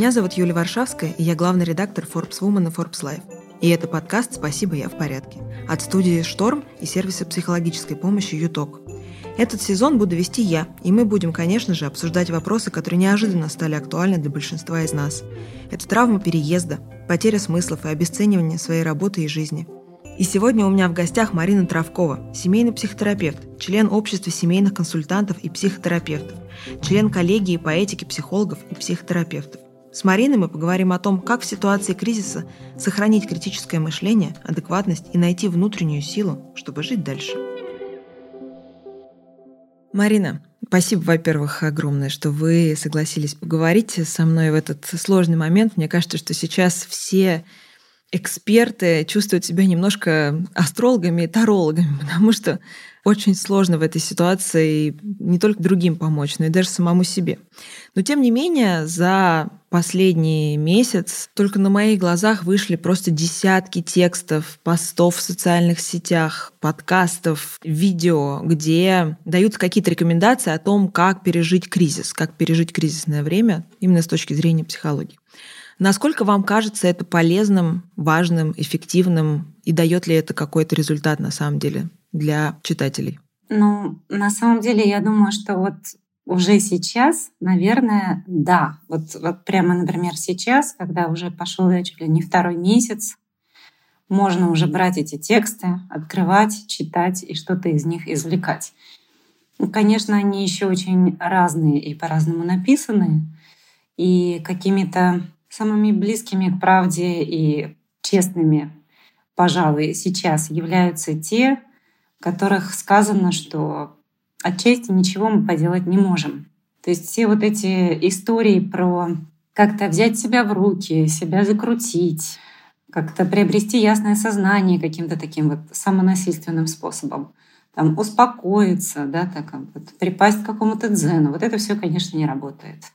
Меня зовут Юлия Варшавская, и я главный редактор Forbes Woman и Forbes Life. И это подкаст «Спасибо, я в порядке» от студии «Шторм» и сервиса психологической помощи «Юток». Этот сезон буду вести я, и мы будем, конечно же, обсуждать вопросы, которые неожиданно стали актуальны для большинства из нас. Это травма переезда, потеря смыслов и обесценивание своей работы и жизни. И сегодня у меня в гостях Марина Травкова, семейный психотерапевт, член общества семейных консультантов и психотерапевтов, член коллегии по этике психологов и психотерапевтов. С Мариной мы поговорим о том, как в ситуации кризиса сохранить критическое мышление, адекватность и найти внутреннюю силу, чтобы жить дальше. Марина, спасибо, во-первых, огромное, что вы согласились поговорить со мной в этот сложный момент. Мне кажется, что сейчас все эксперты чувствуют себя немножко астрологами и тарологами, потому что очень сложно в этой ситуации не только другим помочь, но и даже самому себе. Но тем не менее, за последний месяц только на моих глазах вышли просто десятки текстов, постов в социальных сетях, подкастов, видео, где даются какие-то рекомендации о том, как пережить кризис, как пережить кризисное время именно с точки зрения психологии. Насколько вам кажется это полезным, важным, эффективным, и дает ли это какой-то результат на самом деле для читателей? На самом деле, я думаю, что вот уже сейчас, наверное, да. Вот прямо, например, сейчас, когда уже пошел чуть ли не второй месяц, можно уже брать эти тексты, открывать, читать и что-то из них извлекать. Конечно, они еще очень разные и по-разному написаны, и какими-то самыми близкими к правде и честными, пожалуй, сейчас являются те, в которых сказано, что отчасти ничего мы поделать не можем. То есть все вот эти истории про как-то взять себя в руки, себя закрутить, как-то приобрести ясное сознание каким-то таким вот самонасильственным способом, там, успокоиться, да, так, вот, припасть к какому-то дзену. Вот это все, конечно, не работает.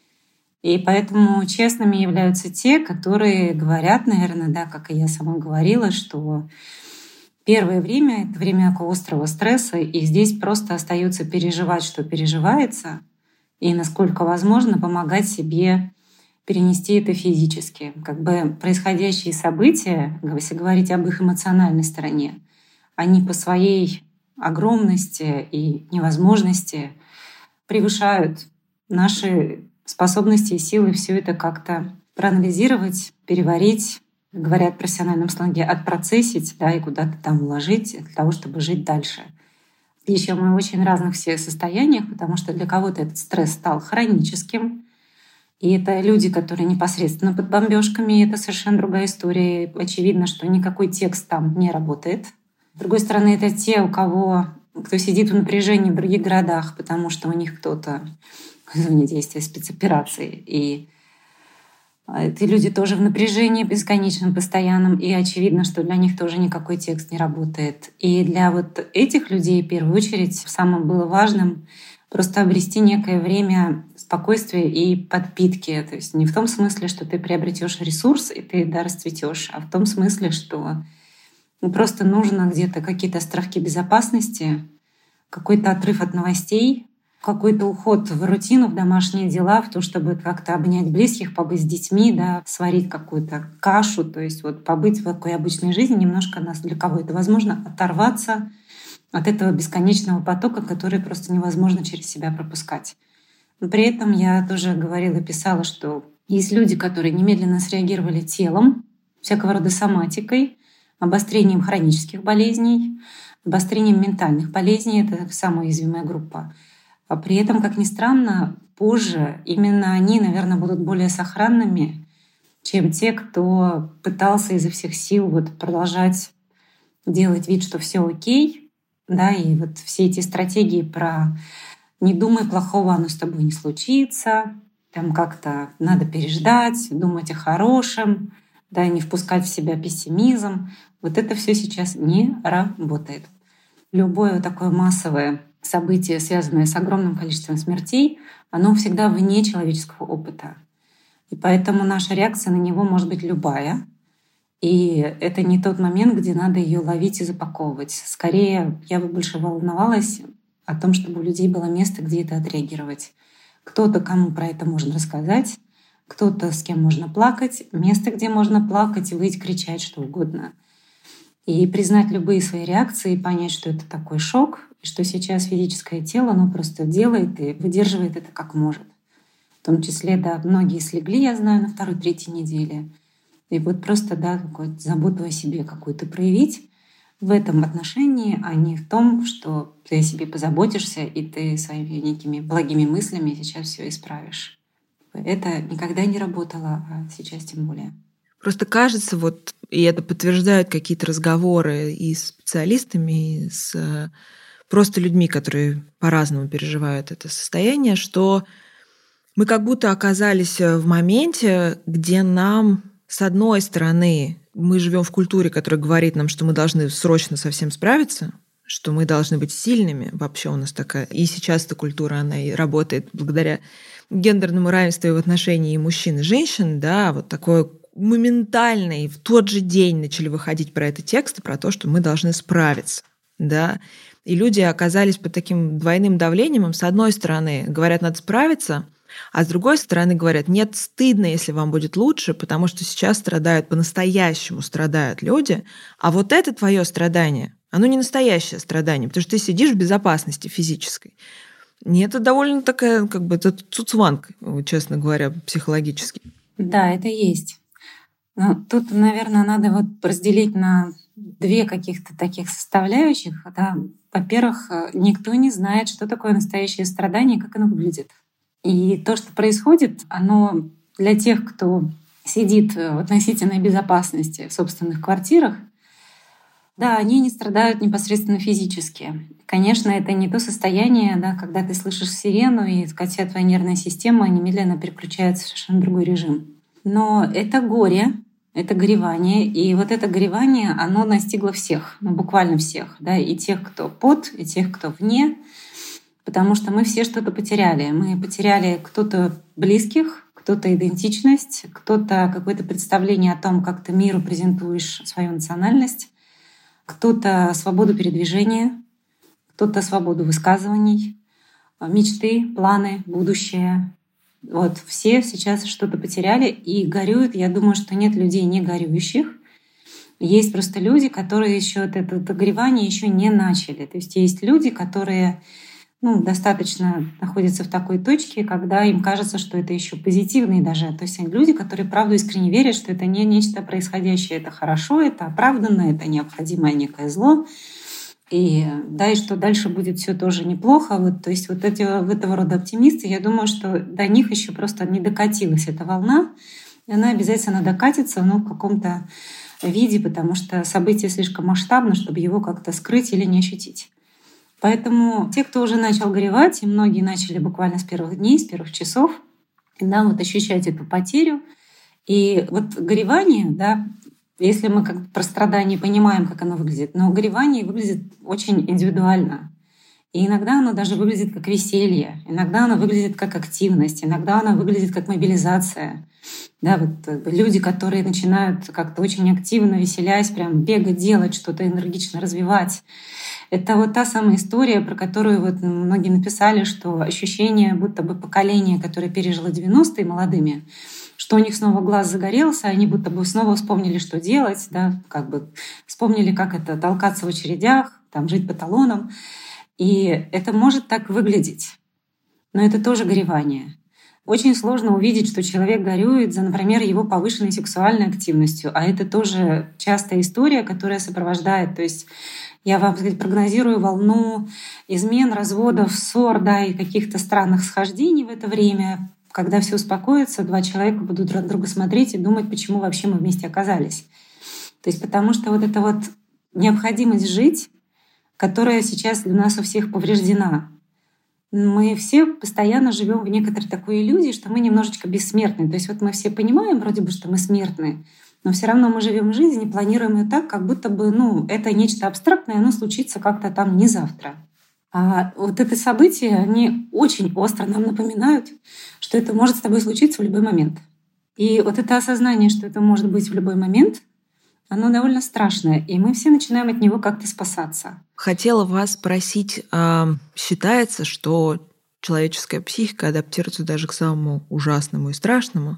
И поэтому честными являются те, которые говорят, наверное, да, как и я сама говорила, что первое время — это время такого острого стресса, и здесь просто остается переживать, что переживается, и насколько возможно помогать себе перенести это физически. Как бы происходящие события, если говорить об их эмоциональной стороне, они по своей огромности и невозможности превышают наши способности и силы все это как-то проанализировать, переварить, говорят в профессиональном сленге, отпроцессить, да, и куда-то там уложить для того, чтобы жить дальше. Еще мы в очень разных всех состояниях, потому что для кого-то этот стресс стал хроническим, и это люди, которые непосредственно под бомбежками, это совершенно другая история. И очевидно, что никакой текст там не работает. С другой стороны, это те, кто сидит в напряжении в других городах, потому что у них кто-то в зоне действия спецоперации. И эти люди тоже в напряжении бесконечном, постоянном, и очевидно, что для них тоже никакой текст не работает. И для вот этих людей в первую очередь самым было важным просто обрести некое время спокойствия и подпитки. То есть не в том смысле, что ты приобретешь ресурс и ты расцветешь, а в том смысле, что просто нужно где-то какие-то островки безопасности, какой-то отрыв от новостей, какой-то уход в рутину, в домашние дела, в то, чтобы как-то обнять близких, побыть с детьми, да, сварить какую-то кашу, то есть вот побыть в такой обычной жизни, немножко нас для кого это возможно, оторваться от этого бесконечного потока, который просто невозможно через себя пропускать. Но при этом я тоже говорила и писала, что есть люди, которые немедленно среагировали телом, всякого рода соматикой, обострением хронических болезней, обострением ментальных болезней — это самая уязвимая группа. А при этом, как ни странно, позже именно они, наверное, будут более сохранными, чем те, кто пытался изо всех сил вот продолжать делать вид, что все окей, да, и вот все эти стратегии про «не думай плохого, оно с тобой не случится», там как-то надо переждать, думать о хорошем, да, не впускать в себя пессимизм. Вот это все сейчас не работает. Любое такое массовое событие, связанное с огромным количеством смертей, оно всегда вне человеческого опыта. И поэтому наша реакция на него может быть любая. И это не тот момент, где надо ее ловить и запаковывать. Скорее, я бы больше волновалась о том, чтобы у людей было место, где это отреагировать. Кто-то, кому про это можно рассказать, кто-то, с кем можно плакать, место, где можно плакать, выть, кричать, что угодно. И признать любые свои реакции, и понять, что это такой шок, и что сейчас физическое тело, оно просто делает и выдерживает это как может. В том числе, да, многие слегли, я знаю, на второй-третьей неделе. И вот просто, да, какую-то заботу о себе какую-то проявить в этом отношении, а не в том, что ты о себе позаботишься, и ты своими некими благими мыслями сейчас все исправишь. Это никогда не работало, а сейчас тем более. Просто кажется, вот, и это подтверждают какие-то разговоры и с специалистами, и с просто людьми, которые по-разному переживают это состояние, что мы как будто оказались в моменте, где нам, с одной стороны, мы живем в культуре, которая говорит нам, что мы должны срочно со всем справиться, что мы должны быть сильными. Вообще у нас такая... И сейчас эта культура, она и работает благодаря гендерному равенству и в отношении мужчин и женщин, да, вот такое моментально и в тот же день начали выходить про это тексты, про то, что мы должны справиться, да. И люди оказались под таким двойным давлением. Им, с одной стороны, говорят, надо справиться, а с другой стороны говорят, нет, стыдно, если вам будет лучше, потому что сейчас страдают, по-настоящему страдают люди, а вот это твое страдание, оно не настоящее страдание, потому что ты сидишь в безопасности физической. И это довольно такая, как бы, это цуцванг, честно говоря, психологически. Да, это есть. Но тут, наверное, надо вот разделить на две каких-то таких составляющих. Да. Во-первых, никто не знает, что такое настоящее страдание и как оно выглядит. И то, что происходит, оно для тех, кто сидит в относительной безопасности в собственных квартирах, да, они не страдают непосредственно физически. Конечно, это не то состояние, да, когда ты слышишь сирену, и вся твоя нервная система немедленно переключается в совершенно другой режим. Но это горе, это горевание, и вот это горевание, оно настигло всех, ну буквально всех, да, и тех, кто под, и тех, кто вне, потому что мы все что-то потеряли. Мы потеряли кто-то близких, кто-то идентичность, кто-то какое-то представление о том, как ты миру презентуешь свою национальность, кто-то свободу передвижения, кто-то свободу высказываний, мечты, планы, будущее. Вот все сейчас что-то потеряли и горюют. Я думаю, что нет людей не горюющих. Есть просто люди, которые еще это горевание еще не начали. То есть есть люди, которые достаточно находятся в такой точке, когда им кажется, что это еще позитивные даже. То есть люди, которые правда искренне верят, что это не нечто происходящее, это хорошо, это оправданно, это необходимое некое зло. И что дальше будет все тоже неплохо. Вот, то есть этого рода оптимисты, я думаю, что до них еще просто не докатилась эта волна, и она обязательно докатится в каком-то виде, потому что событие слишком масштабно, чтобы его как-то скрыть или не ощутить. Поэтому те, кто уже начал горевать, и многие начали буквально с первых дней, с первых часов, ощущать эту потерю. И вот горевание, если мы как про страдание понимаем, как оно выглядит, но горевание выглядит очень индивидуально. И иногда оно даже выглядит как веселье, иногда оно выглядит как активность, иногда оно выглядит как мобилизация. Люди, которые начинают как-то очень активно, веселясь, прям бегать, делать что-то, энергично развивать. Это та самая история, про которую многие написали, что ощущение, будто бы поколение, которое пережило 90-е молодыми, что у них снова глаз загорелся, они будто бы снова вспомнили, что делать, вспомнили, как это толкаться в очередях, жить по талонам. И это может так выглядеть. Но это тоже горевание. Очень сложно увидеть, что человек горюет за, например, его повышенной сексуальной активностью. А это тоже частая история, которая сопровождает. То есть я вам прогнозирую волну измен, разводов, ссор, и каких-то странных схождений в это время. Когда все успокоится, два человека будут друг друга смотреть и думать, почему вообще мы вместе оказались. То есть потому что эта необходимость жить, которая сейчас для нас у всех повреждена. Мы все постоянно живем в некоторой такой иллюзии, что мы немножечко бессмертны. То есть мы все понимаем вроде бы, что мы смертны, но все равно мы живем жизнь и планируем ее так, как будто бы это нечто абстрактное, оно случится как-то не завтра. А это события, они очень остро нам напоминают, что это может с тобой случиться в любой момент. И это осознание, что это может быть в любой момент, оно довольно страшное, и мы все начинаем от него как-то спасаться. Хотела вас спросить, считается, что человеческая психика адаптируется даже к самому ужасному и страшному.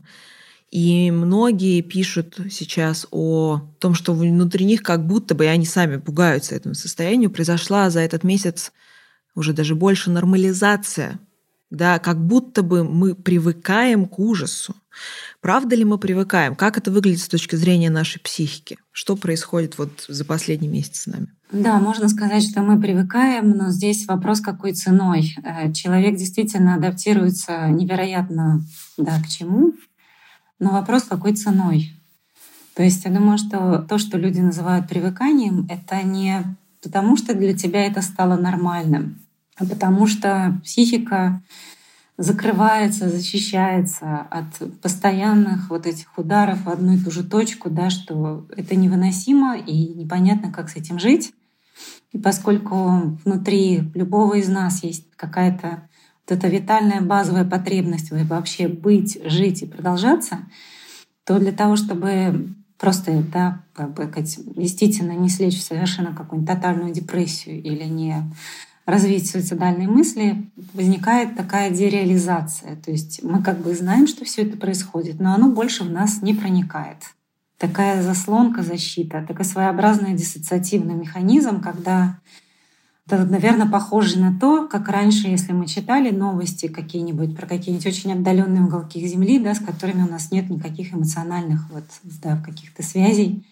И многие пишут сейчас о том, что внутри них как будто бы, и они сами пугаются этому состоянию, произошла за этот месяц уже даже больше нормализация. Да, как будто бы мы привыкаем к ужасу. Правда ли мы привыкаем? Как это выглядит с точки зрения нашей психики? Что происходит вот за последний месяц с нами? Да, можно сказать, что мы привыкаем, но здесь вопрос, какой ценой. Человек действительно адаптируется невероятно, да, к чему, но вопрос, какой ценой. То есть я думаю, что то, что люди называют привыканием, это не потому, что для тебя это стало нормальным, а потому что психика закрывается, защищается от постоянных вот этих ударов в одну и ту же точку, да, что это невыносимо и непонятно, как с этим жить. И поскольку внутри любого из нас есть какая-то вот эта витальная базовая потребность вообще быть, жить и продолжаться, то для того, чтобы просто, да, как бы сказать, действительно не слечь в совершенно какую-нибудь тотальную депрессию или не развить суицидальные мысли, возникает такая дереализация. То есть мы как бы знаем, что все это происходит, но оно больше в нас не проникает. Такая заслонка, защита, такой своеобразный диссоциативный механизм, когда это, наверное, похоже на то, как раньше, если мы читали новости какие-нибудь про какие-нибудь очень отдаленные уголки Земли, да, с которыми у нас нет никаких эмоциональных вот, да, каких-то связей.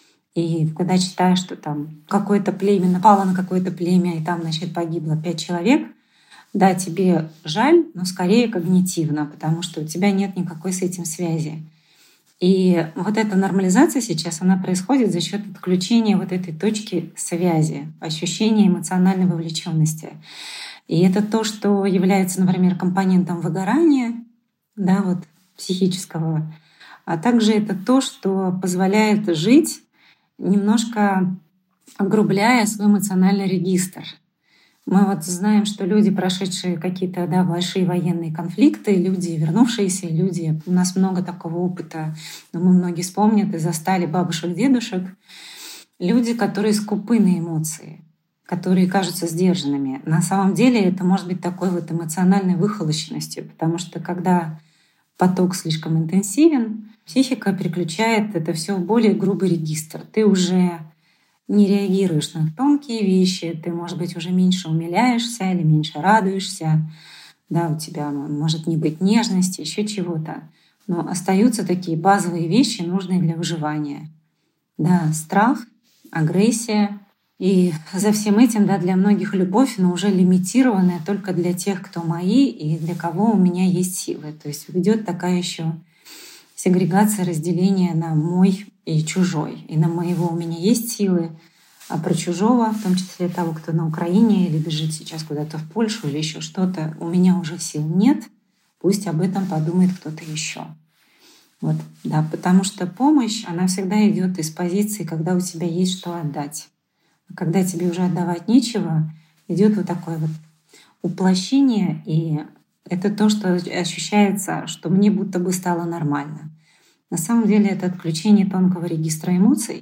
И когда читаешь, что там какое-то племя напало на какое-то племя, и там, значит, погибло 5 человек, да, тебе жаль, но скорее когнитивно, потому что у тебя нет никакой с этим связи. И вот эта нормализация сейчас, она происходит за счет отключения вот этой точки связи, ощущения эмоциональной вовлеченности. И это то, что является, например, компонентом выгорания, да, вот, психического, а также это то, что позволяет жить, немножко огрубляя свой эмоциональный регистр. Мы вот знаем, что люди, прошедшие какие-то, да, большие военные конфликты, люди, вернувшиеся, люди, у нас много такого опыта, думаю, многие вспомнят и застали бабушек, дедушек, люди, которые скупы на эмоции, которые кажутся сдержанными. На самом деле это может быть такой вот эмоциональной выхолощенностью, потому что когда поток слишком интенсивен, психика переключает это все в более грубый регистр. Ты уже не реагируешь на тонкие вещи, ты, может быть, уже меньше умиляешься или меньше радуешься, да, у тебя может не быть нежности, еще чего-то. Но остаются такие базовые вещи, нужные для выживания. Да, страх, агрессия. И за всем этим, да, для многих любовь, но уже лимитированная только для тех, кто мои и для кого у меня есть силы. То есть ведет такая еще сегрегация, разделение на мой и чужой. И на моего у меня есть силы, а про чужого, в том числе того, кто на Украине или бежит сейчас куда-то в Польшу или еще что-то, у меня уже сил нет. Пусть об этом подумает кто-то еще. Вот, да, потому что помощь, она всегда идет из позиции, когда у тебя есть что отдать. А когда тебе уже отдавать нечего, идет вот такое вот уплощение, и это то, что ощущается, что мне будто бы стало нормально. На самом деле это отключение тонкого регистра эмоций.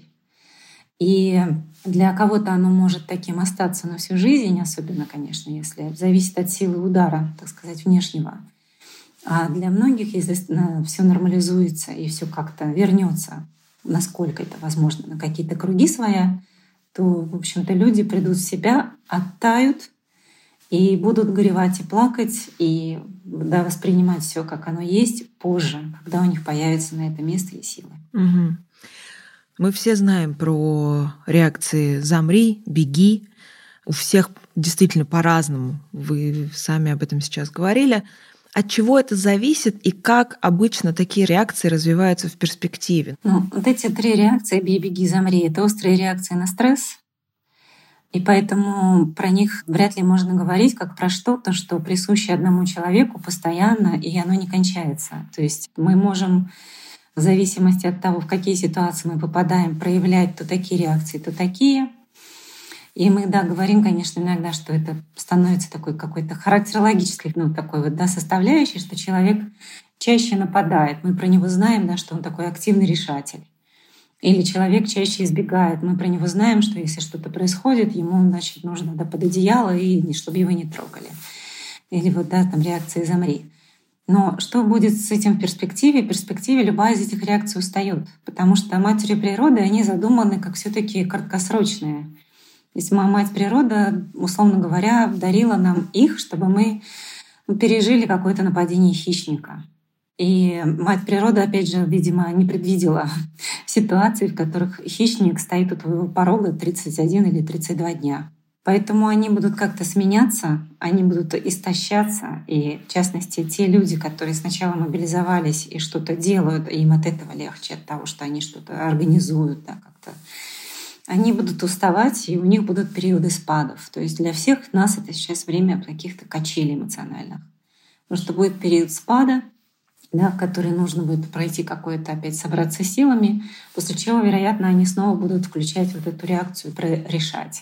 И для кого-то оно может таким остаться на всю жизнь, особенно, конечно, если зависит от силы удара, так сказать, внешнего. А для многих, если все нормализуется и все как-то вернется, насколько это возможно, на какие-то круги своя, то, в общем-то, люди придут в себя, оттают и будут горевать и плакать, и, да, воспринимать все, как оно есть, позже, когда у них появится на это место и силы. Угу. Мы все знаем про реакции «замри», «беги». У всех действительно по-разному. Вы сами об этом сейчас говорили. От чего это зависит и как обычно такие реакции развиваются в перспективе? Ну, вот эти 3 реакции «бей, беги, замри» — это острые реакции на стресс. И поэтому про них вряд ли можно говорить как про что-то, что присуще одному человеку постоянно, и оно не кончается. То есть мы можем в зависимости от того, в какие ситуации мы попадаем, проявлять то такие реакции, то такие. И мы, да, говорим, конечно, иногда, что это становится такой какой-то характерологической, ну, такой вот, да, составляющей, что человек чаще нападает. Мы про него знаем, да, что он такой активный решатель. Или человек чаще избегает. Мы про него знаем, что если что-то происходит, ему, значит, нужно, да, под одеяло, и чтобы его не трогали. или вот, да, там реакции «замри». Но что будет с этим в перспективе? В перспективе любая из этих реакций устает, потому что матери природы, они задуманы как все-таки краткосрочные. То есть мать природа, условно говоря, дарила нам их, чтобы мы пережили какое-то нападение хищника. И мать природа, опять же, видимо, не предвидела ситуаций, в которых хищник стоит у твоего порога 31 или 32 дня. Поэтому они будут как-то сменяться, они будут истощаться. И, в частности, те люди, которые сначала мобилизовались и что-то делают, им от этого легче, от того, что они что-то организуют, да, как-то, они будут уставать, и у них будут периоды спадов. То есть для всех нас это сейчас время каких-то качелей эмоциональных. Потому что будет период спада, да, в который нужно будет пройти какое-то, опять собраться силами, после чего, вероятно, они снова будут включать вот эту реакцию, решать.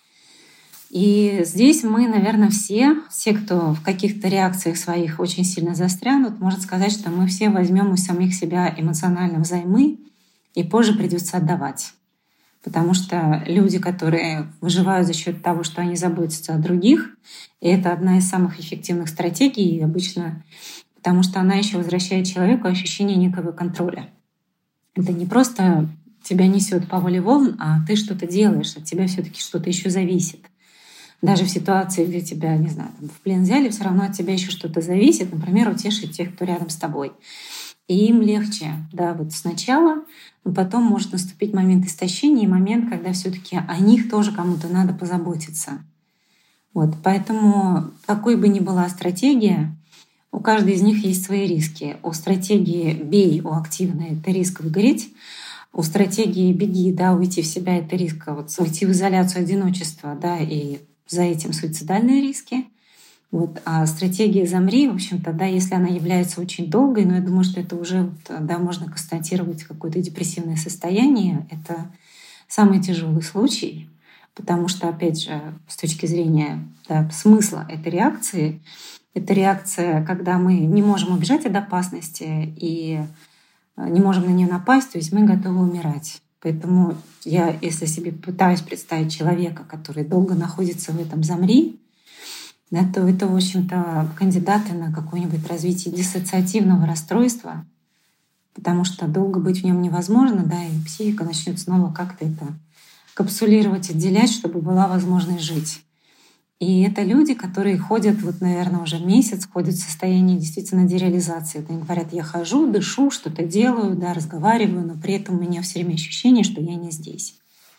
И здесь мы, наверное, все, кто в каких-то реакциях своих очень сильно застрянут, может сказать, что мы все возьмем у самих себя эмоционально взаймы, и позже придется отдавать. Потому что люди, которые выживают за счет того, что они заботятся о других, и это одна из самых эффективных стратегий обычно, потому что она еще возвращает человеку ощущение некого контроля. Это не просто тебя несет по воле волн, а ты что-то делаешь, от тебя все-таки что-то еще зависит. Даже в ситуации, где тебя, не знаю, в плен взяли, все равно от тебя еще что-то зависит, например, утешить тех, кто рядом с тобой. И им легче, да, вот сначала, но потом может наступить момент истощения и момент, когда все-таки о них тоже кому-то надо позаботиться. Вот, поэтому какой бы ни была стратегия, у каждой из них есть свои риски. У стратегии «бей», у активной — это риск выгореть. У стратегии «беги», да, уйти в себя — это риск вот, уйти в изоляцию, одиночество, да, и за этим суицидальные риски. Вот. А стратегия «замри», в общем-то, да, если она является очень долгой, но я думаю, что это уже, да, можно констатировать какое-то депрессивное состояние, это самый тяжелый случай, потому что, опять же, с точки зрения, да, смысла этой реакции, это реакция, когда мы не можем убежать от опасности и не можем на нее напасть, то есть мы готовы умирать. Поэтому я, если себе пытаюсь представить человека, который долго находится в этом «замри», да, то это, в общем-то, кандидаты на какое-нибудь развитие диссоциативного расстройства, потому что долго быть в нем невозможно, да, и психика начнет снова как-то это капсулировать, отделять, чтобы была возможность жить. И это люди, которые ходят, вот, наверное, уже месяц, ходят в состоянии действительно дереализации. Вот они говорят: я хожу, дышу, что-то делаю, да, разговариваю, но при этом у меня все время ощущение, что я не здесь.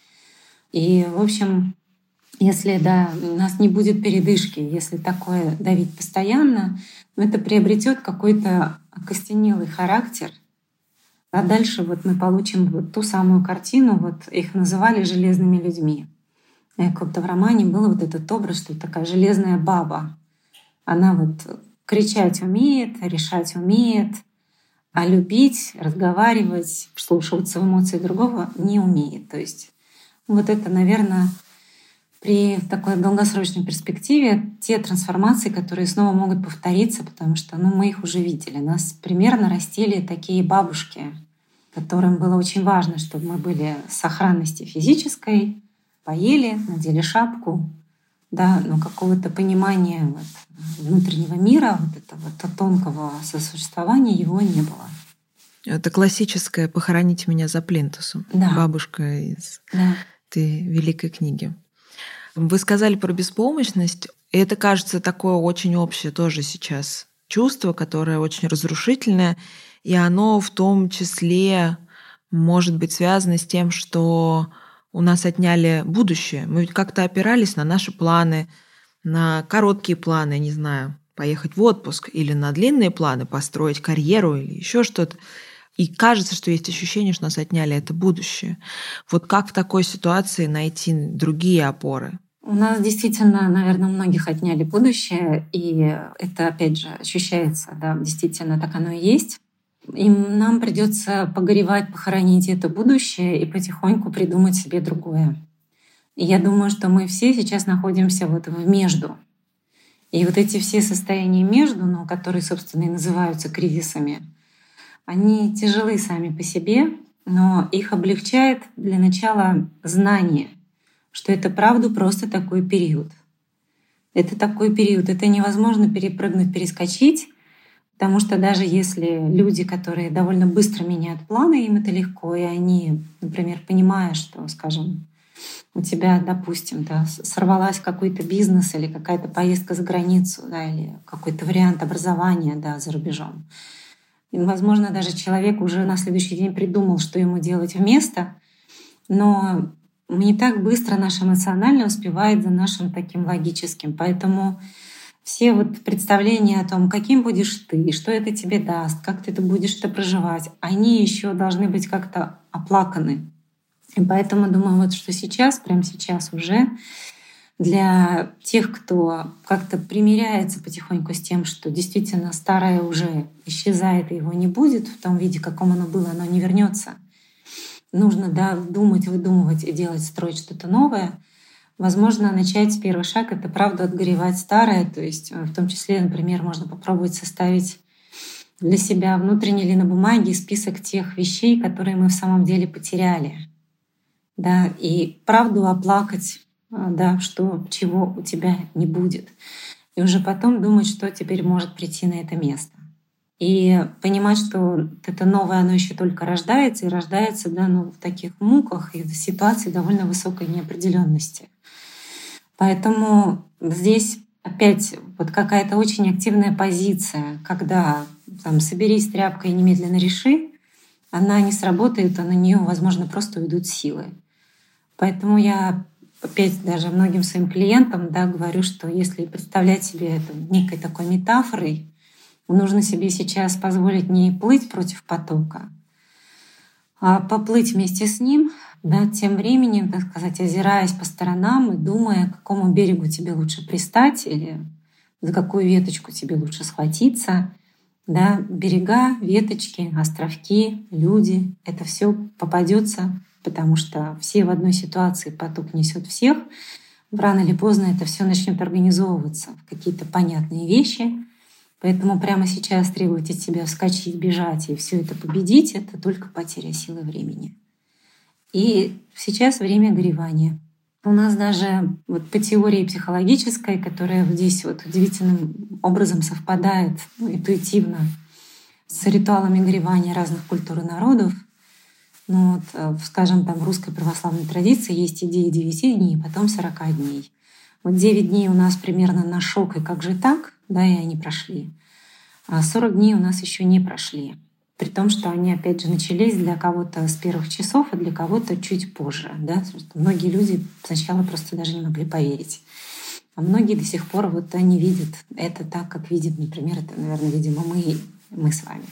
И, в общем, если, да, у нас не будет передышки, если такое давить постоянно, это приобретет какой-то окостенелый характер. А дальше вот мы получим вот ту самую картину, вот их называли железными людьми. Как-то в романе был вот этот образ, что такая железная баба. Она вот кричать умеет, решать умеет, а любить, разговаривать, вслушиваться в эмоции другого не умеет. То есть вот это, наверное, при такой долгосрочной перспективе те трансформации, которые снова могут повториться, потому что мы их уже видели. Нас примерно растили такие бабушки, которым было очень важно, чтобы мы были в сохранности физической, поели, надели шапку, да, но какого-то понимания вот внутреннего мира, вот этого вот тонкого сосуществования его не было. Это классическое «похороните меня за плинтусом». Да. Бабушка из этой великой книги. Вы сказали про беспомощность, и это, кажется, такое очень общее тоже сейчас чувство, которое очень разрушительное, и оно в том числе может быть связано с тем, что у нас отняли будущее. Мы ведь как-то опирались на наши планы, на короткие планы, не знаю, поехать в отпуск, или на длинные планы, построить карьеру или еще что-то. И кажется, что есть ощущение, что нас отняли это будущее. Вот как в такой ситуации найти другие опоры? У нас действительно, наверное, многих отняли будущее, и это, опять же, ощущается, да, действительно так оно и есть. И нам придется погоревать, похоронить это будущее и потихоньку придумать себе другое. И я думаю, что мы все сейчас находимся вот в между. И вот эти все состояния между, которые, собственно, и называются кризисами, они тяжелы сами по себе, но их облегчает для начала знание, что это правда просто такой период. Это такой период, это невозможно перепрыгнуть, перескочить, потому что даже если люди, которые довольно быстро меняют планы, им это легко, и они, например, понимая, что, скажем, у тебя, допустим, да, сорвалась какой-то бизнес или какая-то поездка за границу, да, или какой-то вариант образования, да, за рубежом. И, возможно, даже человек уже на следующий день придумал, что ему делать вместо, но не так быстро наш эмоционально успевает за нашим таким логическим. Поэтому все вот представления о том, каким будешь ты, что это тебе даст, как ты это будешь это проживать, они еще должны быть как-то оплаканы. И поэтому думаю, вот что сейчас, прямо сейчас уже для тех, кто как-то примиряется потихоньку с тем, что действительно старое уже исчезает, и его не будет в том виде, каком оно было, оно не вернется. Нужно, да, думать, выдумывать и делать, строить что-то новое. Возможно, начать первый шаг — это правда отгоревать старое. То есть в том числе, например, можно попробовать составить для себя внутренне или на бумаге список тех вещей, которые мы в самом деле потеряли. Да, и правду оплакать, да, что, чего у тебя не будет. И уже потом думать, что теперь может прийти на это место. И понимать, что это новое, оно еще только рождается, и рождается, да, ну, в таких муках и в ситуации довольно высокой неопределенности. Поэтому здесь опять вот какая-то очень активная позиция, когда там соберись тряпкой и немедленно реши, она не сработает, а на нее, возможно, просто уйдут силы. Поэтому я опять даже многим своим клиентам, да, говорю, что если представлять себе это некой такой метафорой, нужно себе сейчас позволить не плыть против потока, а поплыть вместе с ним, да, тем временем, так сказать, озираясь по сторонам и думая, к какому берегу тебе лучше пристать или за какую веточку тебе лучше схватиться. Да, берега, веточки, островки, люди — это все попадется, потому что все в одной ситуации, поток несет всех. Рано или поздно это все начнет организовываться в какие-то понятные вещи. Поэтому прямо сейчас требовать от себя вскочить, бежать и все это победить — это только потеря силы времени. И сейчас время горевания. У нас даже вот по теории психологической, которая здесь вот удивительным образом совпадает, ну, интуитивно с ритуалами горевания разных культур и народов, ну, вот, скажем, там в русской православной традиции есть идея 9 дней, потом 40 дней. Вот 9 дней у нас примерно на шок, и как же так, да, и они прошли. А 40 дней у нас еще не прошли. При том, что они, опять же, начались для кого-то с первых часов, а для кого-то чуть позже. Да? Многие люди сначала просто даже не могли поверить. А многие до сих пор вот они видят это так, как видят, например, это, наверное, видимо, мы с вами.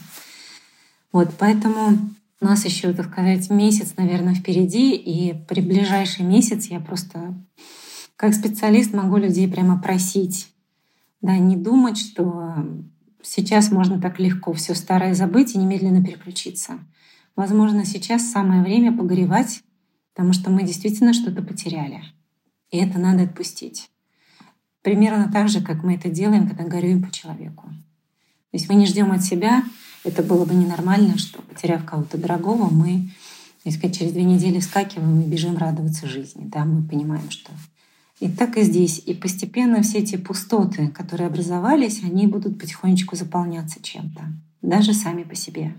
Вот, поэтому у нас еще, так сказать, месяц, наверное, впереди, и при ближайший месяц я просто как специалист могу людей прямо просить, да, не думать, что сейчас можно так легко все старое забыть и немедленно переключиться. Возможно, сейчас самое время погоревать, потому что мы действительно что-то потеряли. И это надо отпустить. Примерно так же, как мы это делаем, когда горюем по человеку. То есть мы не ждем от себя, это было бы ненормально, что, потеряв кого-то дорогого, мы, так сказать, через 2 недели вскакиваем и бежим радоваться жизни. Да, мы понимаем, что... И так и здесь. И постепенно все эти пустоты, которые образовались, они будут потихонечку заполняться чем-то, даже сами по себе.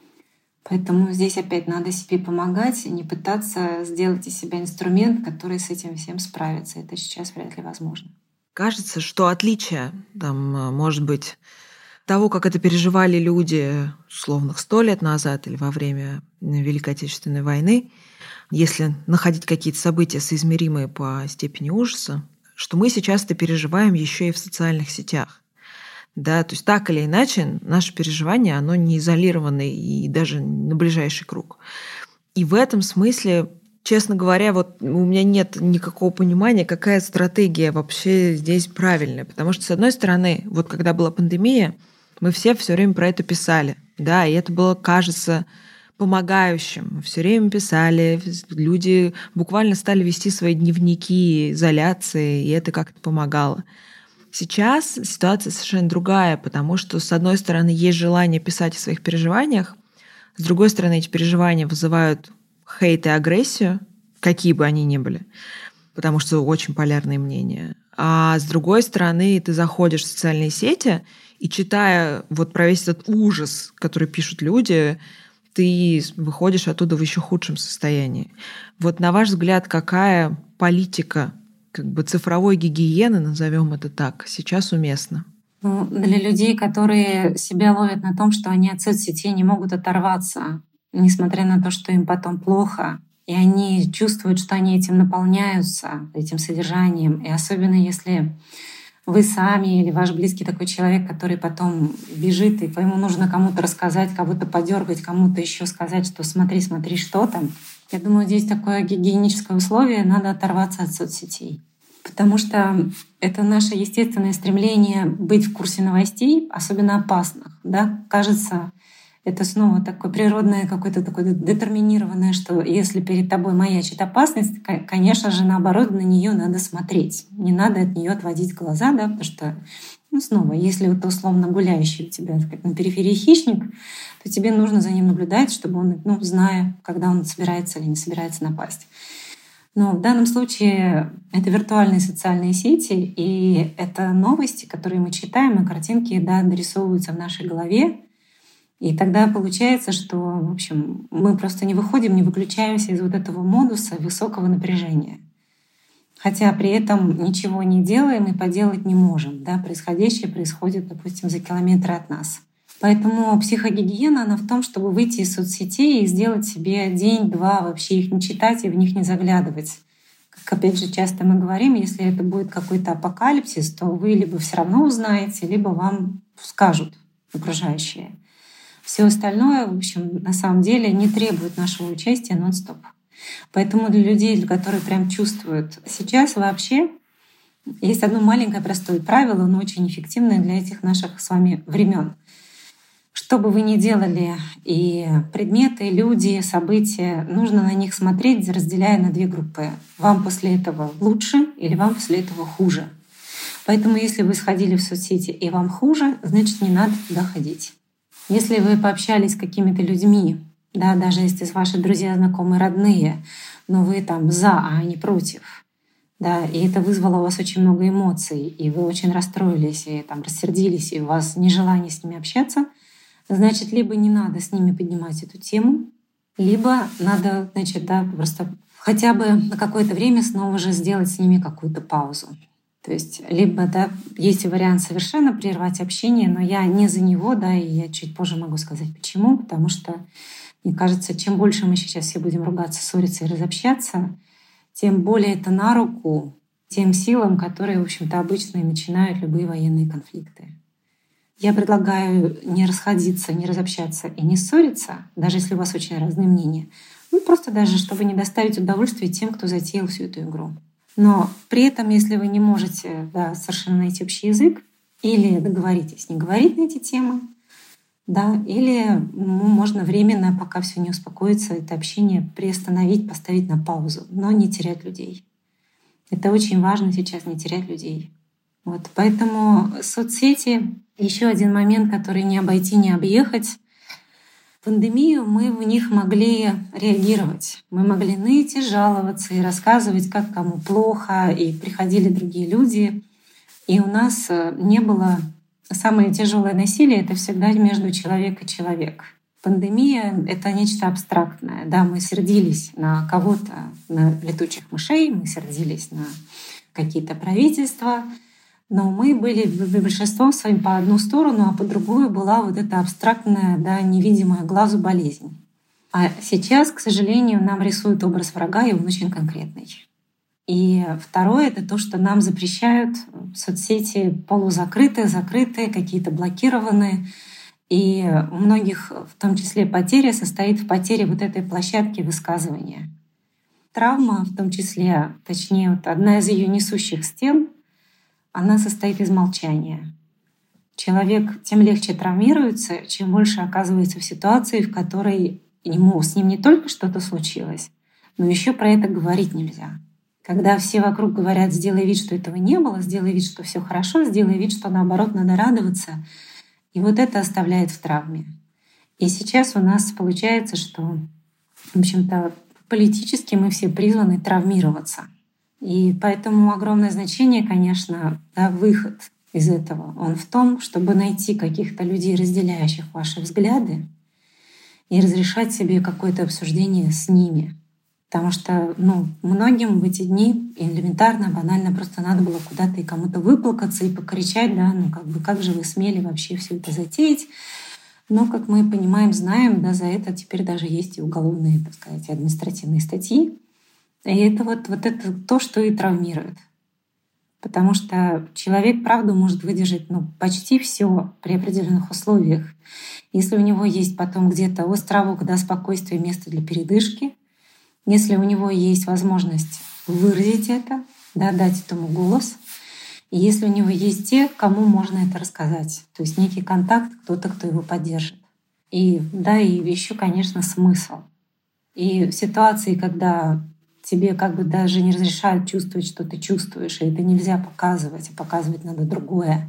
Поэтому здесь опять надо себе помогать, не пытаться сделать из себя инструмент, который с этим всем справится. Это сейчас вряд ли возможно. Кажется, что отличие, там, может быть, того, как это переживали люди условных 100 лет назад или во время Великой Отечественной войны, если находить какие-то события, соизмеримые по степени ужаса, что мы сейчас это переживаем еще и в социальных сетях. Да, то есть так или иначе наше переживание, оно не изолировано и даже на ближайший круг. И в этом смысле, честно говоря, вот у меня нет никакого понимания, какая стратегия вообще здесь правильная. Потому что, с одной стороны, вот когда была пандемия, мы все время про это писали. Да, и это было, кажется, помогающим. Мы все время писали, люди буквально стали вести свои дневники изоляции, и это как-то помогало. Сейчас ситуация совершенно другая, потому что, с одной стороны, есть желание писать о своих переживаниях, с другой стороны, эти переживания вызывают хейт и агрессию, какие бы они ни были. потому что очень полярные мнения. А с другой стороны, ты заходишь в социальные сети и, читая вот про весь этот ужас, который пишут люди, ты выходишь оттуда в еще худшем состоянии. Вот на ваш взгляд, какая политика как бы цифровой гигиены, назовем это так, сейчас уместна? Ну, для людей, которые себя ловят на том, что они от соцсетей не могут оторваться, несмотря на то, что им потом плохо, и они чувствуют, что они этим наполняются, этим содержанием. И особенно если вы сами или ваш близкий такой человек, который потом бежит, и ему нужно кому-то рассказать, кого-то подергать, кому-то еще сказать, что смотри, смотри, что там. Я думаю, здесь такое гигиеническое условие — надо оторваться от соцсетей. Потому что это наше естественное стремление быть в курсе новостей, особенно опасных. Да? Кажется, это снова такое природное, какое-то такое детерминированное, что если перед тобой маячит опасность, конечно же, наоборот, на нее надо смотреть. Не надо от нее отводить глаза, да, потому что, снова, если вот условно гуляющий у тебя как на периферии хищник, то тебе нужно за ним наблюдать, чтобы он, зная, когда он собирается или не собирается напасть. Но в данном случае это виртуальные социальные сети, и это новости, которые мы читаем, и картинки, да, дорисовываются в нашей голове. И тогда получается, что, в общем, мы просто не выходим, не выключаемся из вот этого модуса высокого напряжения. Хотя при этом ничего не делаем и поделать не можем. Да? Происходящее происходит, допустим, за километры от нас. Поэтому психогигиена, она в том, чтобы выйти из соцсетей и сделать себе день-два, вообще их не читать и в них не заглядывать. Как опять же часто мы говорим, если это будет какой-то апокалипсис, то вы либо все равно узнаете, либо вам скажут окружающие. Все остальное, в общем, на самом деле не требует нашего участия нон-стоп. Поэтому для людей, которые прям чувствуют сейчас вообще, есть одно маленькое простое правило, но очень эффективное для этих наших с вами времен. Что бы вы ни делали, и предметы, люди, события, нужно на них смотреть, разделяя на две группы. Вам после этого лучше или вам после этого хуже. Поэтому если вы сходили в соцсети и вам хуже, значит, не надо туда ходить. Если вы пообщались с какими-то людьми, да, даже если ваши друзья, знакомые, родные, но вы там за, а они против, да, и это вызвало у вас очень много эмоций, и вы очень расстроились, и там рассердились, и у вас нежелание с ними общаться, значит, либо не надо с ними поднимать эту тему, либо надо, значит, да, просто хотя бы на какое-то время снова же сделать с ними какую-то паузу. То есть либо, да, есть вариант совершенно прервать общение, но я не за него, да, и я чуть позже могу сказать почему, потому что, мне кажется, чем больше мы сейчас все будем ругаться, ссориться и разобщаться, тем более это на руку тем силам, которые, в общем-то, обычно и начинают любые военные конфликты. Я предлагаю не расходиться, не разобщаться и не ссориться, даже если у вас очень разные мнения. Просто даже, чтобы не доставить удовольствие тем, кто затеял всю эту игру. Но при этом, если вы не можете, да, совершенно найти общий язык, или договоритесь не говорить на эти темы, да, или можно временно, пока все не успокоится, это общение приостановить, поставить на паузу, но не терять людей. Это очень важно сейчас, не терять людей. Вот, поэтому соцсети — еще один момент, который не обойти, не объехать. В пандемию мы в них могли реагировать. Мы могли ныть и жаловаться, и рассказывать, как кому плохо, и приходили другие люди. И у нас не было... Самое тяжелое насилие — это всегда между человек и человек. Пандемия — это нечто абстрактное. Да, мы сердились на кого-то, на летучих мышей, мы сердились на какие-то правительства, но мы были большинством своим по одну сторону, а по другую была вот эта абстрактная, да, невидимая глазу болезнь. А сейчас, к сожалению, нам рисуют образ врага, и он очень конкретный. И второе — это то, что нам запрещают соцсети полузакрытые, закрытые, какие-то блокированные. И у многих, в том числе, потеря состоит в потере вот этой площадки высказывания. Травма, в том числе, точнее, вот одна из ее несущих стен, она состоит из молчания. Человек тем легче травмируется, чем больше оказывается в ситуации, в которой с ним не только что-то случилось, но еще про это говорить нельзя. Когда все вокруг говорят: сделай вид, что этого не было, сделай вид, что все хорошо, сделай вид, что наоборот надо радоваться. И вот это оставляет в травме. И сейчас у нас получается, что, в общем-то, политически мы все призваны травмироваться. И поэтому огромное значение, конечно, да, выход из этого, он в том, чтобы найти каких-то людей, разделяющих ваши взгляды, и разрешать себе какое-то обсуждение с ними. Потому что многим в эти дни элементарно, банально просто надо было куда-то и кому-то выплакаться и покричать, да, как же вы смели вообще все это затеять. Но, как мы понимаем, знаем, да, за это теперь даже есть и уголовные, так сказать, административные статьи. И это вот это то, что и травмирует. Потому что человек, правда, может выдержать почти все при определенных условиях. Если у него есть потом где-то островок, да, спокойствия, место для передышки, если у него есть возможность выразить это, да, дать этому голос, и если у него есть те, кому можно это рассказать, то есть некий контакт, кто-то, кто его поддержит. И еще, конечно, смысл. И в ситуации, когда тебе даже не разрешают чувствовать, что ты чувствуешь, и это нельзя показывать, а показывать надо другое,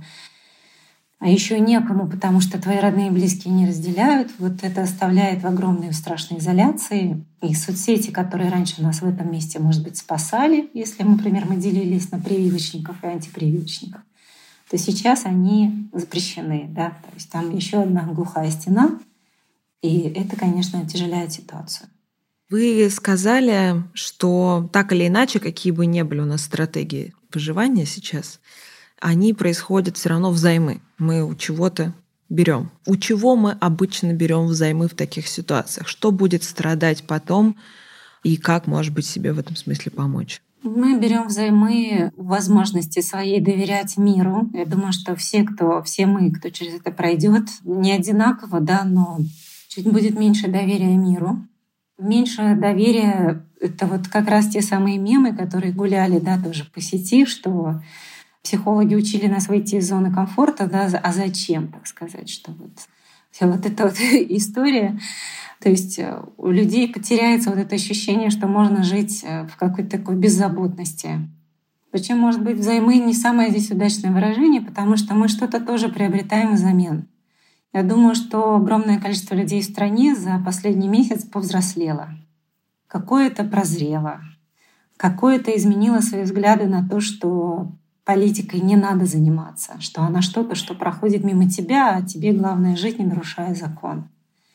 а еще некому, потому что твои родные и близкие не разделяют, вот это оставляет в огромной страшной изоляции. И соцсети, которые раньше нас в этом месте, может быть, спасали, если, например, мы делились на прививочников и антипрививочников, то сейчас они запрещены. Да? То есть там еще одна глухая стена, и это, конечно, утяжеляет ситуацию. Вы сказали, что так или иначе, какие бы ни были у нас стратегии выживания сейчас, они происходят все равно взаймы. Мы у чего-то берем. У чего мы обычно берем взаймы в таких ситуациях? Что будет страдать потом и как, может быть, себе в этом смысле помочь? Мы берем взаймы возможности своей доверять миру. Я думаю, что все мы, кто через это пройдет, не одинаково, да, но чуть будет меньше доверия миру. Меньше доверия — это вот как раз те самые мемы, которые гуляли, да, тоже по сети, что психологи учили нас выйти из зоны комфорта, да, а зачем, так сказать, что вся эта история. То есть у людей потеряется это ощущение, что можно жить в какой-то такой беззаботности. Причем, может быть, взаймы не самое здесь удачное выражение, потому что мы что-то тоже приобретаем взамен. Я думаю, что огромное количество людей в стране за последний месяц повзрослело. Какое-то прозрело, какое-то изменило свои взгляды на то, что политикой не надо заниматься, что она что-то, что проходит мимо тебя, а тебе главное жить, не нарушая закон.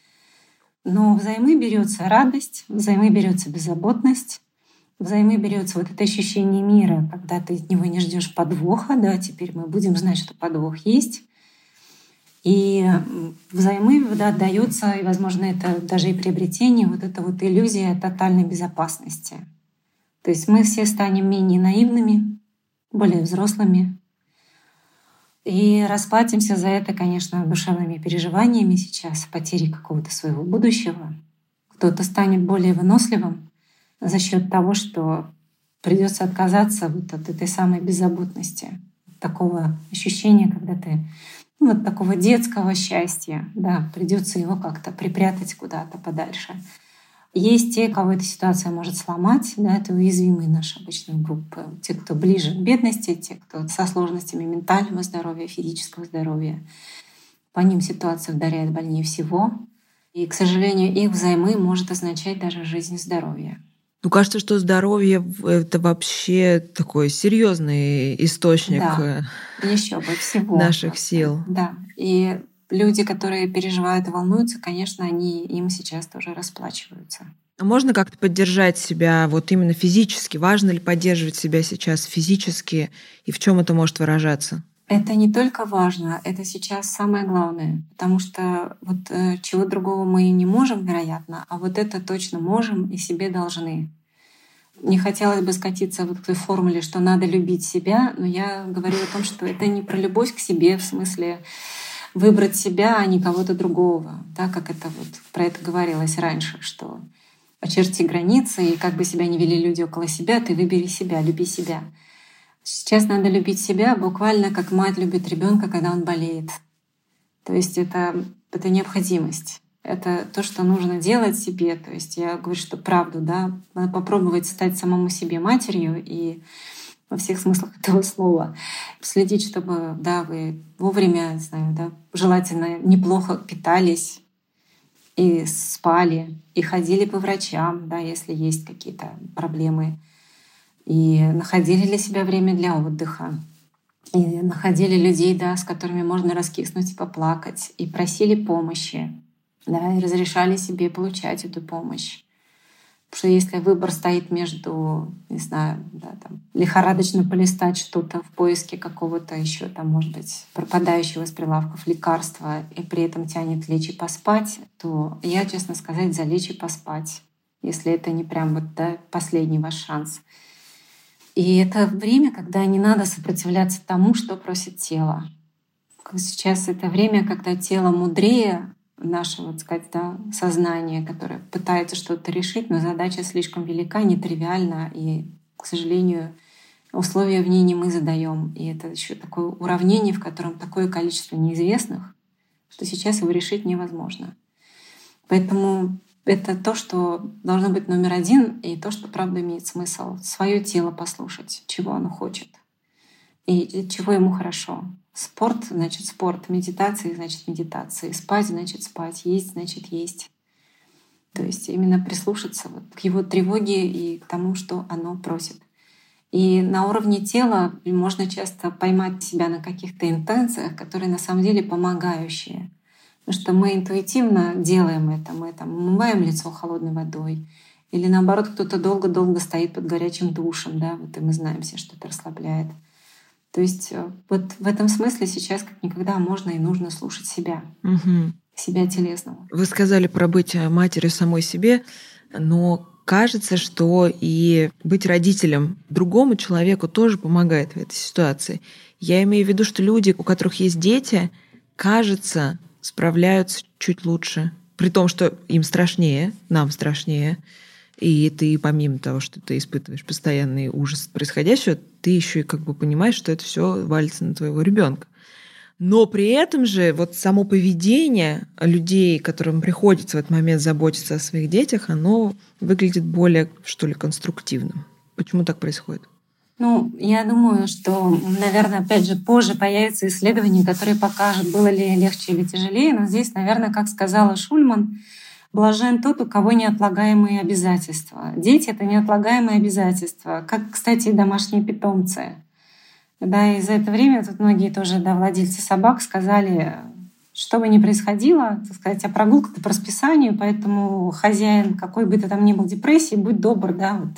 Но взаймы берется радость, взаймы берется беззаботность, взаймы берется это ощущение мира, когда ты от него не ждешь подвоха, да, теперь мы будем знать, что подвох есть. И взаймы отдается, и, возможно, это даже и приобретение, эта иллюзия тотальной безопасности. То есть мы все станем менее наивными, более взрослыми. И расплатимся за это, конечно, душевными переживаниями сейчас, потерей какого-то своего будущего. Кто-то станет более выносливым за счет того, что придется отказаться от этой самой беззаботности, от такого ощущения, когда ты такого детского счастья, да, придется его как-то припрятать куда-то подальше. Есть те, кого эта ситуация может сломать, да, это уязвимые наши обычные группы. Те, кто ближе к бедности, те, кто со сложностями ментального здоровья, физического здоровья. По ним ситуация ударяет больнее всего. И, к сожалению, их взаймы может означать даже жизнь и здоровье. Кажется, что здоровье — это вообще такой серьезный источник наших сил. Да. И люди, которые переживают и волнуются, конечно, им сейчас тоже расплачиваются. А можно как-то поддержать себя именно физически? Важно ли поддерживать себя сейчас физически? И в чем это может выражаться? Это не только важно, это сейчас самое главное. Потому что чего другого мы не можем, вероятно, а это точно можем и себе должны. Не хотелось бы скатиться к той формуле, что надо любить себя, но я говорю о том, что это не про любовь к себе, в смысле выбрать себя, а не кого-то другого. Да, как это про это говорилось раньше, что очерти границы, и как бы себя ни вели люди около себя, ты выбери себя, люби себя. Сейчас надо любить себя буквально как мать любит ребенка, когда он болеет. То есть это необходимость. Это то, что нужно делать себе. То есть я говорю, что правду, да, надо попробовать стать самому себе матерью и во всех смыслах этого слова. Следить, чтобы, да, вы вовремя, не знаю, да, желательно неплохо питались и спали, и ходили по врачам, да, если есть какие-то проблемы. и находили для себя время для отдыха, и находили людей, да, с которыми можно раскиснуть и поплакать, и просили помощи, да, и разрешали себе получать эту помощь. Потому что если выбор стоит между, не знаю, да, там, лихорадочно полистать что-то в поиске какого-то еще, там, может быть, пропадающего с прилавков лекарства, и при этом тянет лечь и поспать, то я, честно сказать, за лечь и поспать, если это не прям вот, да, последний ваш шанс. И это время, когда не надо сопротивляться тому, что просит тело. Сейчас это время, когда тело мудрее нашего, так сказать, да, сознания, которое пытается что-то решить, но задача слишком велика, нетривиальна, и, к сожалению, условия в ней не мы задаем. И это еще такое уравнение, в котором такое количество неизвестных, что сейчас его решить невозможно. Поэтому это то, что должно быть номер один, и то, что правда имеет смысл. Свое тело послушать, чего оно хочет и чего ему хорошо. Спорт — значит спорт, медитация — значит медитация, спать — значит спать, есть — значит есть. То есть именно прислушаться вот к его тревоге и к тому, что оно просит. И на уровне тела можно часто поймать себя на каких-то интенциях, которые на самом деле помогающие. Потому что мы интуитивно делаем это. Мы там умываем лицо холодной водой. Или наоборот, кто-то долго-долго стоит под горячим душем, да, вот и мы знаем все, что это расслабляет. То есть вот в этом смысле сейчас как никогда можно и нужно слушать себя, себя телесного. Вы сказали про быть матерью самой себе, но кажется, что и быть родителем другому человеку тоже помогает в этой ситуации. Я имею в виду, что люди, у которых есть дети, кажется, справляются чуть лучше, при том, что им страшнее, нам страшнее. И ты, помимо того, что ты испытываешь постоянный ужас происходящего, ты еще и как бы понимаешь, что это все валится на твоего ребенка. Но при этом же вот само поведение людей, которым приходится в этот момент заботиться о своих детях, оно выглядит более, что ли, конструктивным. Почему так происходит? Ну, я думаю, что, наверное, опять же, позже появятся исследования, которые покажут, было ли легче или тяжелее. Но здесь, наверное, как сказала Шульман, блажен тот, у кого неотлагаемые обязательства. Дети — это неотлагаемые обязательства, как, кстати, и домашние питомцы. Да, и за это время тут многие тоже, да, владельцы собак сказали, что бы ни происходило, так сказать, а прогулка-то по расписанию, поэтому хозяин, какой бы ты там ни был депрессии, будь добр, да, вот.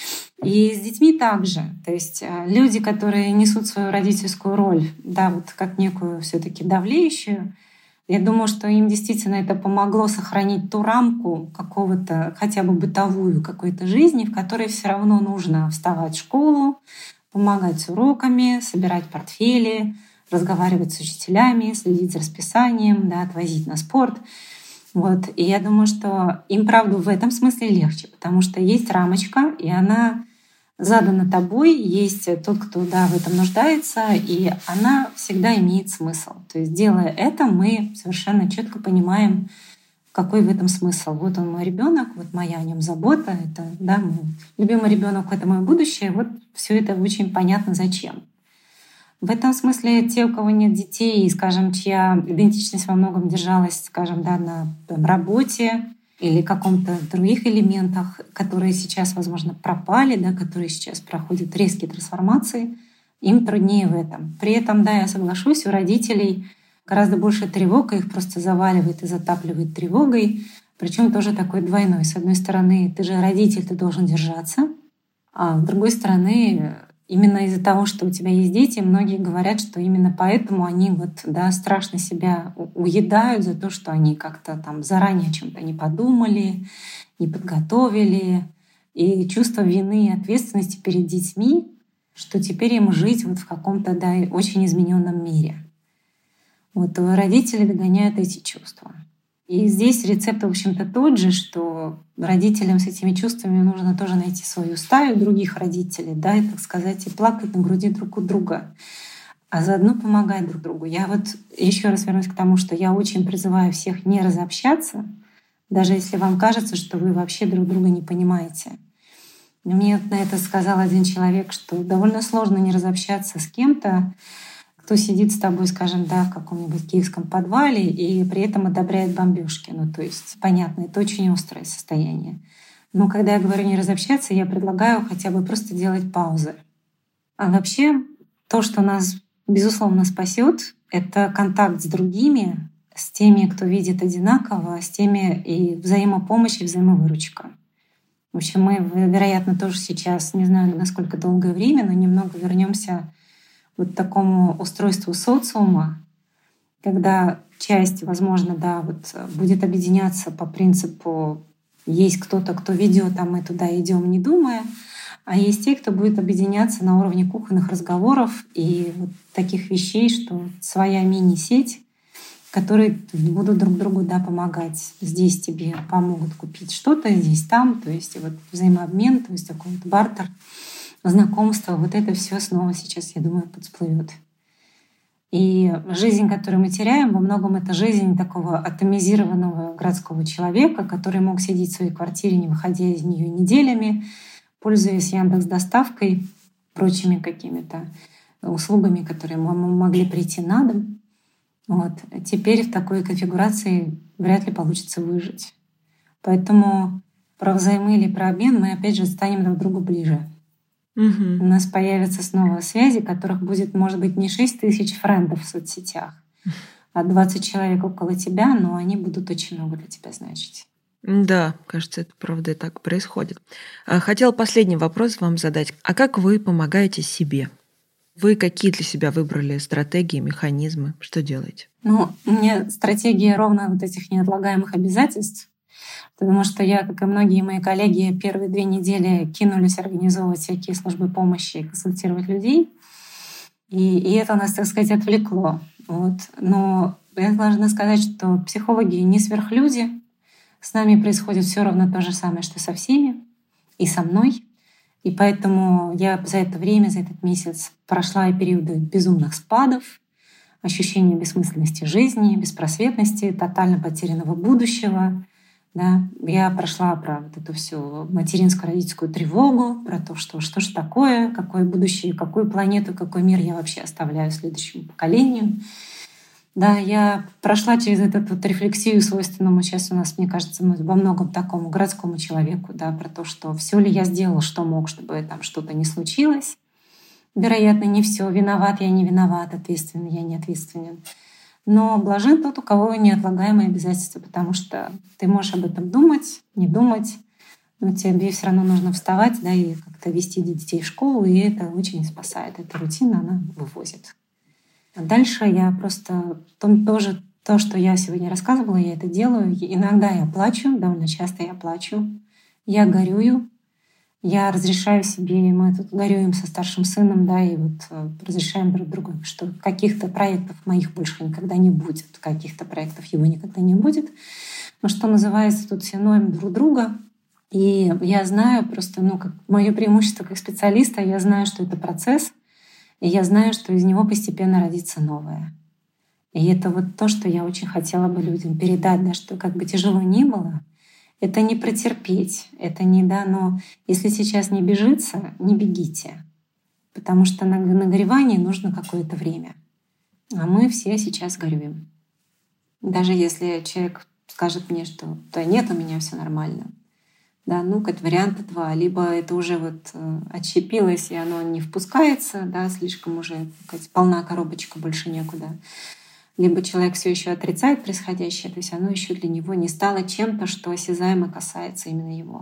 И с детьми также. То есть люди, которые несут свою родительскую роль, да, вот как некую все-таки давлеющую, я думаю, что им действительно это помогло сохранить ту рамку какого-то, хотя бы бытовую какой-то жизни, в которой все равно нужно вставать в школу, помогать с уроками, собирать портфели, разговаривать с учителями, следить за расписанием, да, отвозить на спорт. Вот. И я думаю, что им, правда, в этом смысле легче, потому что есть рамочка, и она задана тобой, есть тот, кто, да, в этом нуждается, и она всегда имеет смысл. То есть, делая это, мы совершенно четко понимаем, какой в этом смысл. Вот он мой ребенок, вот моя о нем забота, это, да, мой любимый ребенок, это мое будущее. Вот все это очень понятно, зачем. В этом смысле те, у кого нет детей, и, скажем, чья идентичность во многом держалась, скажем, да, на работе или каком-то других элементах, которые сейчас, возможно, пропали, да, которые сейчас проходят резкие трансформации, им труднее в этом. При этом, да, я соглашусь, у родителей гораздо больше тревога, их просто заваливает и затапливает тревогой, причем тоже такой двойной. С одной стороны, ты же родитель, ты должен держаться, а с другой стороны, именно из-за того, что у тебя есть дети, многие говорят, что именно поэтому они вот, да, страшно себя уедают за то, что они как-то там заранее о чем-то не подумали, не подготовили. И чувство вины и ответственности перед детьми, что теперь им жить вот в каком-то, да, очень измененном мире. Вот родители догоняют эти чувства. И здесь рецепт, в общем-то, тот же, что родителям с этими чувствами нужно тоже найти свою стаю других родителей, да, и, так сказать, и плакать на груди друг у друга, а заодно помогать друг другу. Я вот еще раз вернусь к тому, что я очень призываю всех не разобщаться, даже если вам кажется, что вы вообще друг друга не понимаете. Мне на это сказал один человек, что довольно сложно не разобщаться с кем-то, кто сидит с тобой, скажем, да, в каком-нибудь киевском подвале и при этом одобряет бомбежки. Ну, то есть, понятно, это очень острое состояние. Но когда я говорю не разобщаться, я предлагаю хотя бы просто делать паузы. А вообще то, что нас, безусловно, спасет, это контакт с другими, с теми, кто видит одинаково, с теми и взаимопомощь, и взаимовыручка. В общем, мы, вероятно, тоже сейчас, не знаю, насколько долгое время, но немного вернемся вот к такому устройству социума, когда часть, возможно, да, вот будет объединяться по принципу есть кто-то, кто ведет, а мы туда идем, не думая, а есть те, кто будет объединяться на уровне кухонных разговоров и вот таких вещей, что своя мини-сеть, которые будут друг другу, да, помогать. Здесь тебе помогут купить что-то, здесь там, то есть вот взаимообмен, то есть такой вот бартер, знакомство, вот это все снова сейчас, я думаю, подсплывет. И жизнь, которую мы теряем, во многом это жизнь такого атомизированного городского человека, который мог сидеть в своей квартире, не выходя из нее неделями, пользуясь Яндекс.Доставкой, прочими какими-то услугами, которые могли прийти на дом. Вот. Теперь в такой конфигурации вряд ли получится выжить. Поэтому про взаймы или про обмен мы опять же станем друг к другу ближе. У нас появятся снова связи, которых будет, может быть, не 6 тысяч френдов в соцсетях, а 20 человек около тебя, но они будут очень много для тебя значить. Да, кажется, это правда и так происходит. Хотела последний вопрос вам задать. А как вы помогаете себе? Вы какие для себя выбрали стратегии, механизмы? Что делаете? Ну, мне стратегия ровно вот этих неотлагаемых обязательств, потому что я, как и многие мои коллеги, первые 2 недели кинулись организовывать всякие службы помощи, консультировать людей. И это нас, так сказать, отвлекло. Вот. Но я должна сказать, что психологи не сверхлюди. С нами происходит все равно то же самое, что со всеми, и со мной. И поэтому я за это время, за этот месяц прошла и периоды безумных спадов, ощущения бессмысленности жизни, беспросветности, тотально потерянного будущего. Да. Я прошла про вот эту всю материнско-родительскую тревогу, про то, что же такое, какое будущее, какую планету, какой мир я вообще оставляю следующему поколению. Да, я прошла через эту вот рефлексию, свойственному сейчас у нас, мне кажется, во многом такому городскому человеку, да, про то, что все ли я сделал, что мог, чтобы там что-то не случилось. Вероятно, не все. Виноват я, не виноват, ответственен я, не ответственен. Но блажен тот, у кого неотлагаемые обязательства, потому что ты можешь об этом думать, не думать, но тебе все равно нужно вставать, да, и как-то вести детей в школу, и это очень спасает. Эта рутина, она вывозит. А дальше я просто тоже то, что я сегодня рассказывала, я это делаю. Иногда я плачу, довольно часто я плачу. Я горюю. Я разрешаю себе, и мы тут горюем со старшим сыном, да, и вот разрешаем друг другу, что каких-то проектов моих больше никогда не будет, каких-то проектов его никогда не будет. Но что называется, тут все ноем друг друга. И я знаю просто, как мое преимущество как специалиста, я знаю, что это процесс, и я знаю, что из него постепенно родится новое. И это вот то, что я очень хотела бы людям передать, да, что как бы тяжело ни было, это не протерпеть, это не да, но если сейчас не бежится, не бегите, потому что на нагревание нужно какое-то время. А мы все сейчас горюем. Даже если человек скажет мне, что да нет, у меня все нормально. Да, это варианта 2. Либо это уже вот отщепилось, и оно не впускается, да, слишком уже полна коробочка, больше некуда. Либо человек все еще отрицает происходящее, то есть оно еще для него не стало чем-то, что осязаемо касается именно его.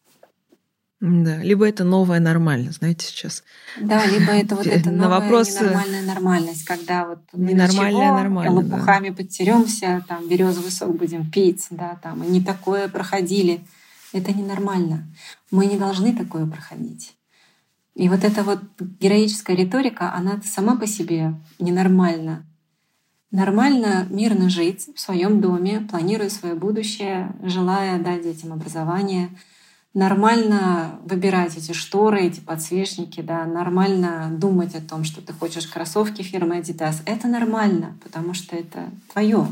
Да, либо это новое нормально, знаете, сейчас. Да, либо это вот эта новая ненормальная нормальность, когда вот мы ненормальная нормально, лопухами подтеремся, там березовый сок будем пить, да, там, и не такое проходили. Это ненормально. Мы не должны такое проходить. И вот эта вот героическая риторика, она сама по себе ненормальна. Нормально мирно жить в своем доме, планируя свое будущее, желая дать детям образование. Нормально выбирать эти шторы, эти подсвечники, да, нормально думать о том, что ты хочешь кроссовки фирмы Adidas. Это нормально, потому что это твое.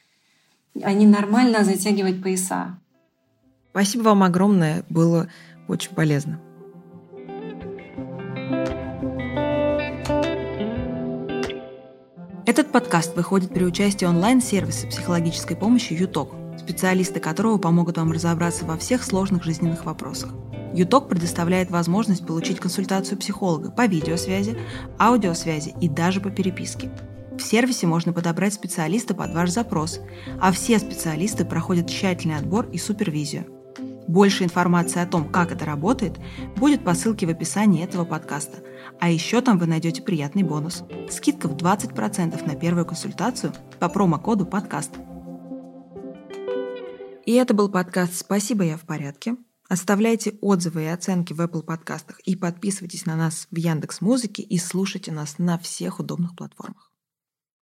А не нормально затягивать пояса. Спасибо вам огромное, было очень полезно. Этот подкаст выходит при участии онлайн-сервиса психологической помощи «Юток». специалисты которого помогут вам разобраться во всех сложных жизненных вопросах. ЮТОК предоставляет возможность получить консультацию психолога по видеосвязи, аудиосвязи и даже по переписке. В сервисе можно подобрать специалиста под ваш запрос, а все специалисты проходят тщательный отбор и супервизию. Больше информации о том, как это работает, будет по ссылке в описании этого подкаста. А еще там вы найдете приятный бонус. Скидка в 20% на первую консультацию по промокоду «Подкаст». И это был подкаст «Спасибо, я в порядке». Оставляйте отзывы и оценки в Apple подкастах и подписывайтесь на нас в Яндекс.Музыке и слушайте нас на всех удобных платформах.